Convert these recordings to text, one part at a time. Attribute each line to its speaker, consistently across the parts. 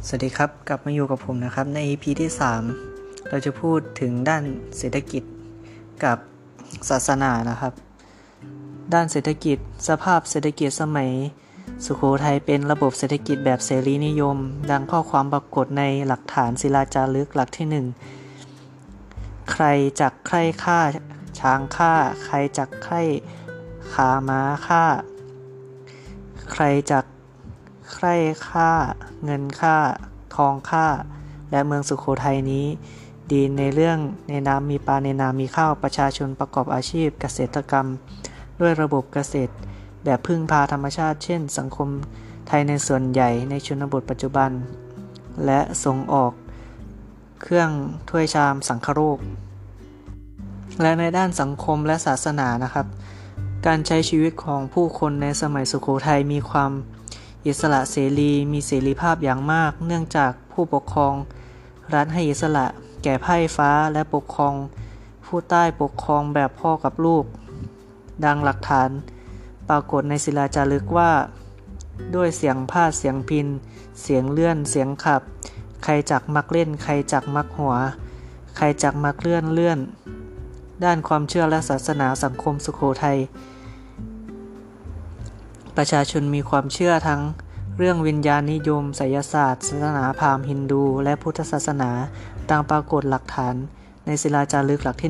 Speaker 1: สวัสดีครับกลับมาอยู่กับผมนะครับใน EP ที่ 3เราจะพูดถึงด้านเศรษฐกิจกับศาสนานะครับด้านเศรษฐกิจสภาพเศรษฐกิจสมัยสุโขทัยเป็นระบบเศรษฐกิจแบบเสรีนิยมดังข้อความปรากฏในหลักฐานศิลาจารึกหลักที่ 1ใครจักใคร่ฆ่าช้างฆ่าใครจักใคร่ขาม้าฆ่าใครจักใคร่ฆ่าเงินฆ่าทองฆ่าและเมืองสุโขทัยนี้ดีในเรื่องในน้ำมีปลาในนามีข้าวประชาชนประกอบอาชีพเกษตรกรรมด้วยระบบเกษตรแบบพึ่งพาธรรมชาติเช่นสังคมไทยในส่วนใหญ่ในชนบทปัจจุบันและส่งออกเครื่องถ้วยชามสังคโลกและในด้านสังคมและศาสนานะครับการใช้ชีวิตของผู้คนในสมัยสุโขทัยมีความอิสระเสรีมีเสรีภาพอย่างมากเนื่องจากผู้ปกครองรัฐให้อิสระแก่ไพร่ฟ้าและปกครองผู้ใต้ปกครองแบบพ่อกับลูกดังหลักฐานปรากฏในศิลาจารึกว่าด้วยเสียงพาดเสียงพินเสียงเลื่อนเสียงขับใครจักมักเล่นใครจักมักหัวใครจักมักเลื่อนด้านความเชื่อและศาสนาสังคมสุโขทัยประชาชนมีความเชื่อทั้งเรื่องวิญญาณนิยมไสยศาสตร์ศาสนาพราหมณ์ฮินดูและพุทธศาสนาดังปรากฏหลักฐานในศิลาจารึกหลักที่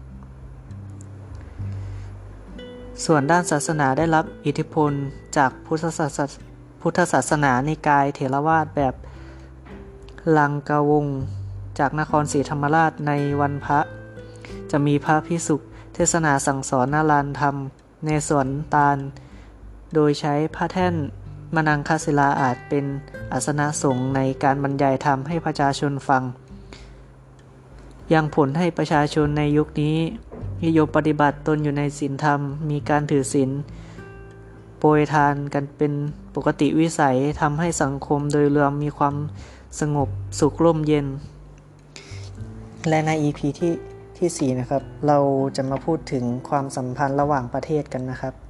Speaker 1: 1ส่วนด้านศาสนาได้รับอิทธิพลจากพุทธศาสนานิกายเถรวาทแบบลังกาวงศ์จากนครศรีธรรมราชในวันพระจะมีพระภิกษุเทศนาสั่งสอนนาลานธรรมในสวนตาลโดยใช้พระแท่นมนังคศิลาอาจเป็นอาสนะสงฆ์ในการบรรยายธรรมให้ประชาชนฟังยังผลให้ประชาชนในยุคนี้นิยมปฏิบัติตนอยู่ในศีลธรรมมีการถือศีลโปรยทานกันเป็นปกติวิสัยทำให้สังคมโดยรวมมีความสงบสุขร่มเย็นและใน EP ที่ 4นะครับเราจะมาพูดถึงความสัมพันธ์ระหว่างประเทศกันนะครับ